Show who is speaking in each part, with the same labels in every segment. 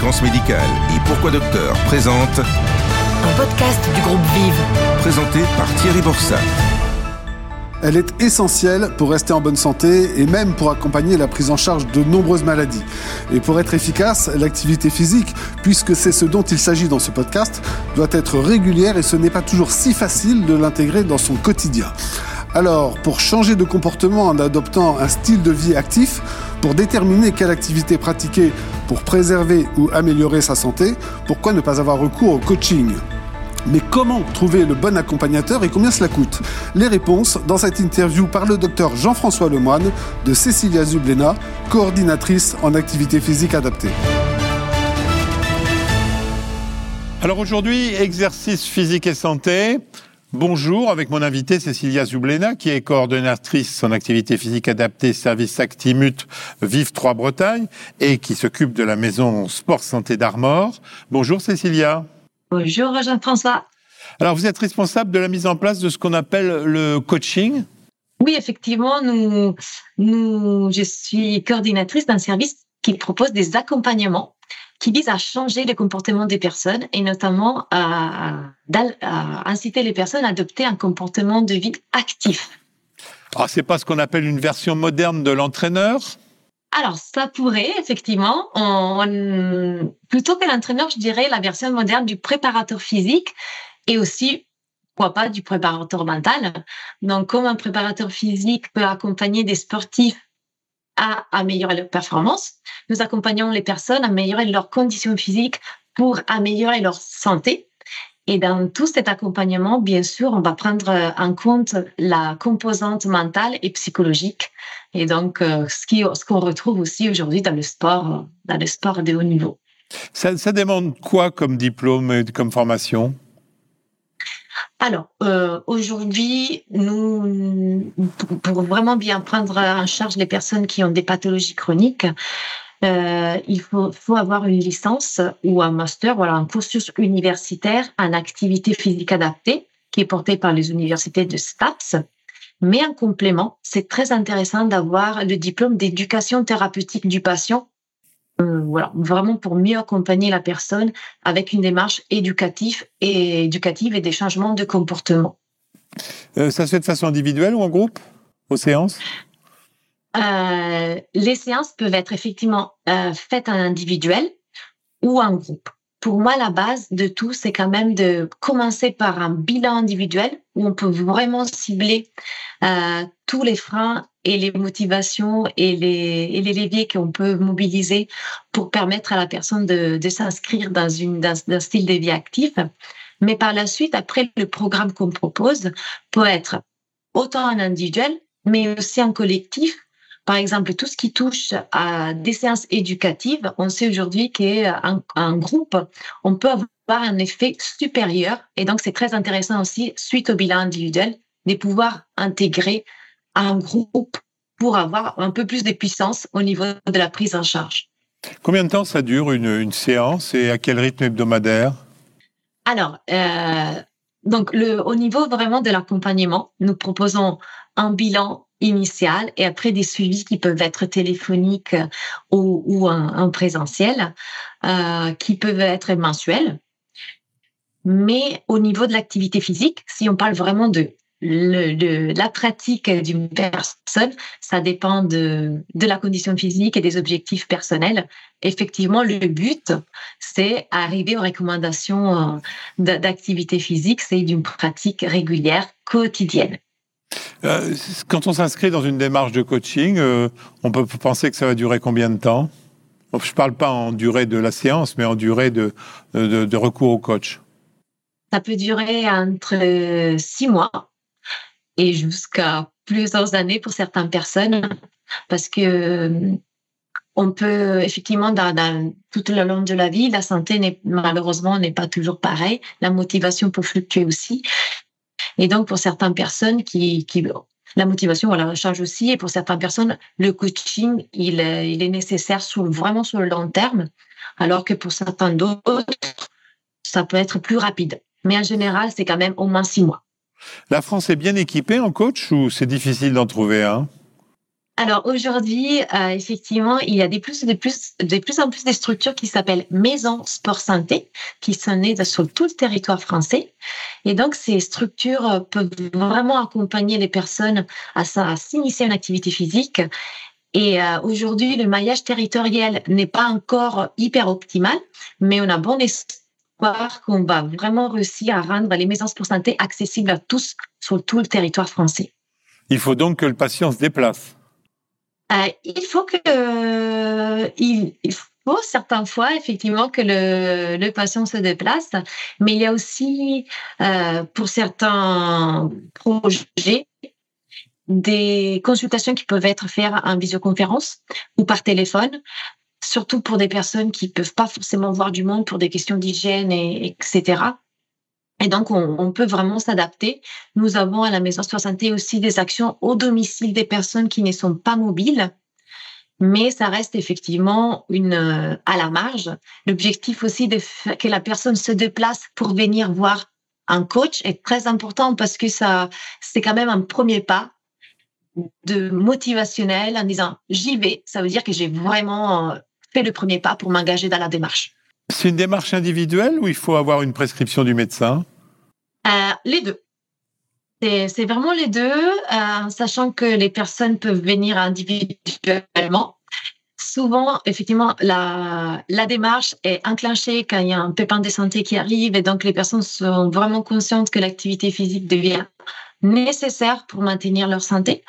Speaker 1: Fréquence Médicale et Pourquoi Docteur présente
Speaker 2: un podcast du groupe Vive,
Speaker 1: présenté par Thierry Borsat.
Speaker 3: Elle est essentielle pour rester en bonne santé et même pour accompagner la prise en charge de nombreuses maladies. Et pour être efficace, l'activité physique, puisque c'est ce dont il s'agit dans ce podcast, doit être régulière et ce n'est pas toujours si facile de l'intégrer dans son quotidien. Alors, pour changer de comportement en adoptant un style de vie actif, pour déterminer quelle activité pratiquer pour préserver ou améliorer sa santé, pourquoi ne pas avoir recours au coaching ? Mais comment trouver le bon accompagnateur et combien cela coûte ? Les réponses dans cette interview par le docteur Jean-François Lemoine de Cécilia Zublena, coordinatrice en activité physique adaptée.
Speaker 4: Alors aujourd'hui, exercice physique et santé. Bonjour, avec mon invitée Cécilia Zublena, qui est coordonnatrice en activité physique adaptée, service Actimut Vive 3 Bretagne, et qui s'occupe de la maison Sport Santé d'Armor. Bonjour Cécilia.
Speaker 5: Bonjour Jean-François.
Speaker 4: Alors vous êtes responsable de la mise en place de ce qu'on appelle le coaching ?
Speaker 5: Oui, effectivement, je suis coordinatrice d'un service qui propose des accompagnements qui visent à changer le comportement des personnes et notamment à inciter les personnes à adopter un comportement de vie actif.
Speaker 4: Alors c'est pas ce qu'on appelle une version moderne de l'entraîneur ?
Speaker 5: Alors, ça pourrait, effectivement, plutôt que l'entraîneur, je dirais la version moderne du préparateur physique et aussi, pourquoi pas, du préparateur mental. Donc, comme un préparateur physique peut accompagner des sportifs à améliorer leur performance, nous accompagnons les personnes à améliorer leurs conditions physiques pour améliorer leur santé. Et dans tout cet accompagnement, bien sûr, on va prendre en compte la composante mentale et psychologique. Et donc, ce qu'on retrouve aussi aujourd'hui dans le sport de haut niveau.
Speaker 4: Ça demande quoi comme diplôme et comme formation ?
Speaker 5: Alors, aujourd'hui, nous, pour vraiment bien prendre en charge les personnes qui ont des pathologies chroniques, il faut avoir une licence ou un master, un cursus universitaire en activité physique adaptée qui est porté par les universités de STAPS. Mais en complément, c'est très intéressant d'avoir le diplôme d'éducation thérapeutique du patient, vraiment pour mieux accompagner la personne avec une démarche éducative et des changements de comportement.
Speaker 4: Ça se fait de façon individuelle ou en groupe, aux séances ?
Speaker 5: Les séances peuvent être effectivement faites en individuel ou en groupe. Pour moi, la base de tout, c'est quand même de commencer par un bilan individuel où on peut vraiment cibler tous les freins et les motivations et les leviers qu'on peut mobiliser pour permettre à la personne de s'inscrire dans un style de vie actif. Mais par la suite, après, le programme qu'on propose peut être autant en individuel, mais aussi en collectif. Par exemple, tout ce qui touche à des séances éducatives, on sait aujourd'hui qu'en groupe, on peut avoir un effet supérieur. Et donc, c'est très intéressant aussi, suite au bilan individuel, de pouvoir intégrer un groupe pour avoir un peu plus de puissance au niveau de la prise en charge.
Speaker 4: Combien de temps ça dure une séance et à quel rythme hebdomadaire ?
Speaker 5: Alors, au niveau vraiment de l'accompagnement, nous proposons un bilan initial et après des suivis qui peuvent être téléphoniques ou en présentiel, qui peuvent être mensuels. Mais au niveau de l'activité physique, si on parle vraiment de la pratique d'une personne, ça dépend de la condition physique et des objectifs personnels. Effectivement, le but, c'est arriver aux recommandations d'activité physique, c'est d'une pratique régulière, quotidienne.
Speaker 4: Quand on s'inscrit dans une démarche de coaching, on peut penser que ça va durer combien de temps ? Je ne parle pas en durée de la séance, mais en durée de recours au coach.
Speaker 5: Ça peut durer entre 6 mois et jusqu'à plusieurs années pour certaines personnes, parce que on peut effectivement, tout le long de la vie, la santé malheureusement n'est pas toujours pareille, la motivation peut fluctuer aussi. Et donc, pour certaines personnes la motivation, change aussi. Et pour certaines personnes, le coaching, il est nécessaire vraiment sur le long terme, alors que pour certains d'autres, ça peut être plus rapide. Mais en général, c'est quand même au moins 6 mois.
Speaker 4: La France est bien équipée en coach ou c'est difficile d'en trouver un ?
Speaker 5: Alors aujourd'hui, effectivement, il y a de plus en plus des structures qui s'appellent maisons sport santé, qui sont nées sur tout le territoire français. Et donc, ces structures peuvent vraiment accompagner les personnes à s'initier à une activité physique. Et aujourd'hui, le maillage territorial n'est pas encore hyper optimal, mais on a bon espoir qu'on va vraiment réussir à rendre les maisons sport santé accessibles à tous sur tout le territoire français.
Speaker 4: Il faut donc que le patient se déplace.
Speaker 5: Il faut certaines fois effectivement que le patient se déplace, mais il y a aussi pour certains projets des consultations qui peuvent être faites en visioconférence ou par téléphone, surtout pour des personnes qui peuvent pas forcément voir du monde pour des questions d'hygiène etc. Et donc, on peut vraiment s'adapter. Nous avons à la Maison Sport Santé aussi des actions au domicile des personnes qui ne sont pas mobiles, mais ça reste effectivement à la marge. L'objectif aussi que la personne se déplace pour venir voir un coach est très important parce que c'est quand même un premier pas de motivationnel en disant j'y vais. Ça veut dire que j'ai vraiment fait le premier pas pour m'engager dans la démarche.
Speaker 4: C'est une démarche individuelle ou il faut avoir une prescription du médecin ?
Speaker 5: Les deux. C'est vraiment les deux, sachant que les personnes peuvent venir individuellement. Souvent, effectivement, la démarche est enclenchée quand il y a un pépin de santé qui arrive et donc les personnes sont vraiment conscientes que l'activité physique devient nécessaire pour maintenir leur santé.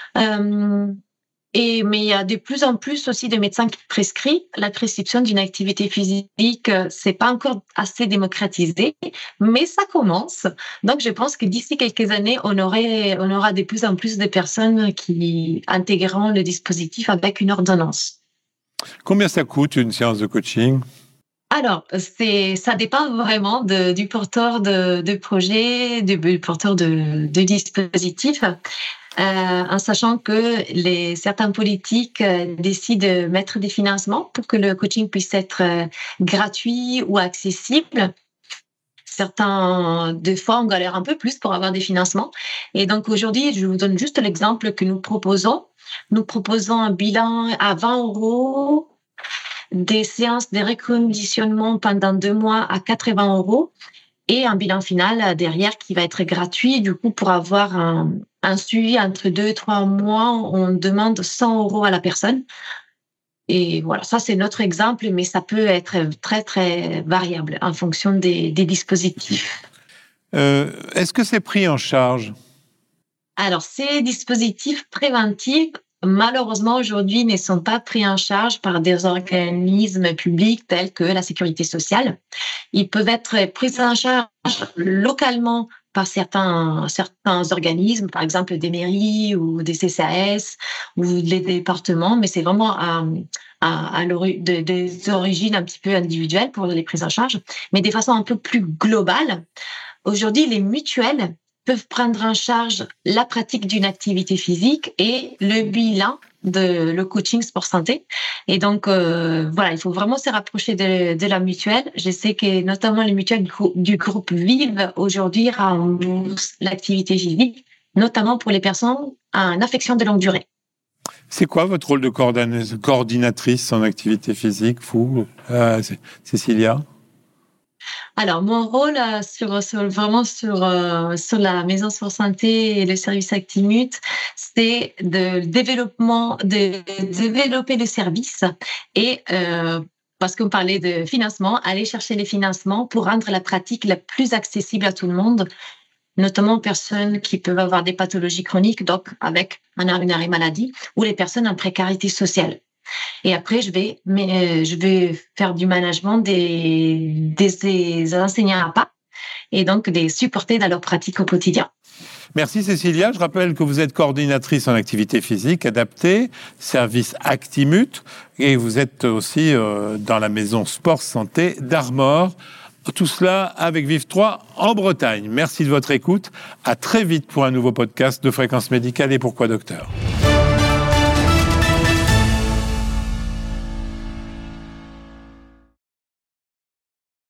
Speaker 5: Mais il y a de plus en plus aussi de médecins qui prescrivent la prescription d'une activité physique. C'est pas encore assez démocratisé, mais ça commence. Donc, je pense que d'ici quelques années, on aura de plus en plus de personnes qui intégreront le dispositif avec une ordonnance.
Speaker 4: Combien ça coûte une séance de coaching ?
Speaker 5: Alors, ça dépend vraiment du porteur de projet, du porteur de dispositif. En sachant que certains politiques décident de mettre des financements pour que le coaching puisse être gratuit ou accessible. Certains, des fois, on galère un peu plus pour avoir des financements. Et donc, aujourd'hui, je vous donne juste l'exemple que nous proposons. Nous proposons un bilan à 20 €, des séances de reconditionnement pendant 2 mois à 80 € et un bilan final derrière qui va être gratuit. Du coup, pour avoir un suivi entre 2 et 3 mois, on demande 100 € à la personne. Et voilà, ça c'est notre exemple, mais ça peut être très, très variable en fonction des dispositifs.
Speaker 4: Est-ce que c'est pris en charge ?
Speaker 5: Alors, ces dispositifs préventifs, malheureusement, aujourd'hui, ne sont pas pris en charge par des organismes publics tels que la Sécurité sociale. Ils peuvent être pris en charge localement par certains organismes, par exemple des mairies ou des CCAS ou les départements, mais c'est vraiment des origines un petit peu individuelles pour les prises en charge, mais de façon un peu plus globale. Aujourd'hui, les mutuelles peuvent prendre en charge la pratique d'une activité physique et le bilan le coaching sport santé. Et donc, voilà, il faut vraiment se rapprocher de la mutuelle. Je sais que notamment les mutuelles du groupe Vive aujourd'hui remboursent l'activité physique, notamment pour les personnes en affection de longue durée.
Speaker 4: C'est quoi votre rôle de coordinatrice en activité physique, vous, Cécilia ?
Speaker 5: Alors, mon rôle sur la Maison Sport Santé et le service Actimut, c'est de développer le service et parce qu'on parlait de financement, aller chercher les financements pour rendre la pratique la plus accessible à tout le monde, notamment aux personnes qui peuvent avoir des pathologies chroniques, donc avec un arrêt maladie, ou les personnes en précarité sociale. Et après, je vais faire du management des enseignants à pas et donc les supporter dans leur pratique au quotidien.
Speaker 4: Merci Cécilia. Je rappelle que vous êtes coordinatrice en activité physique adaptée, service Actimut, et vous êtes aussi dans la maison Sport Santé d'Armor. Tout cela avec Vive 3 en Bretagne. Merci de votre écoute. À très vite pour un nouveau podcast de Fréquence Médicale et Pourquoi Docteur.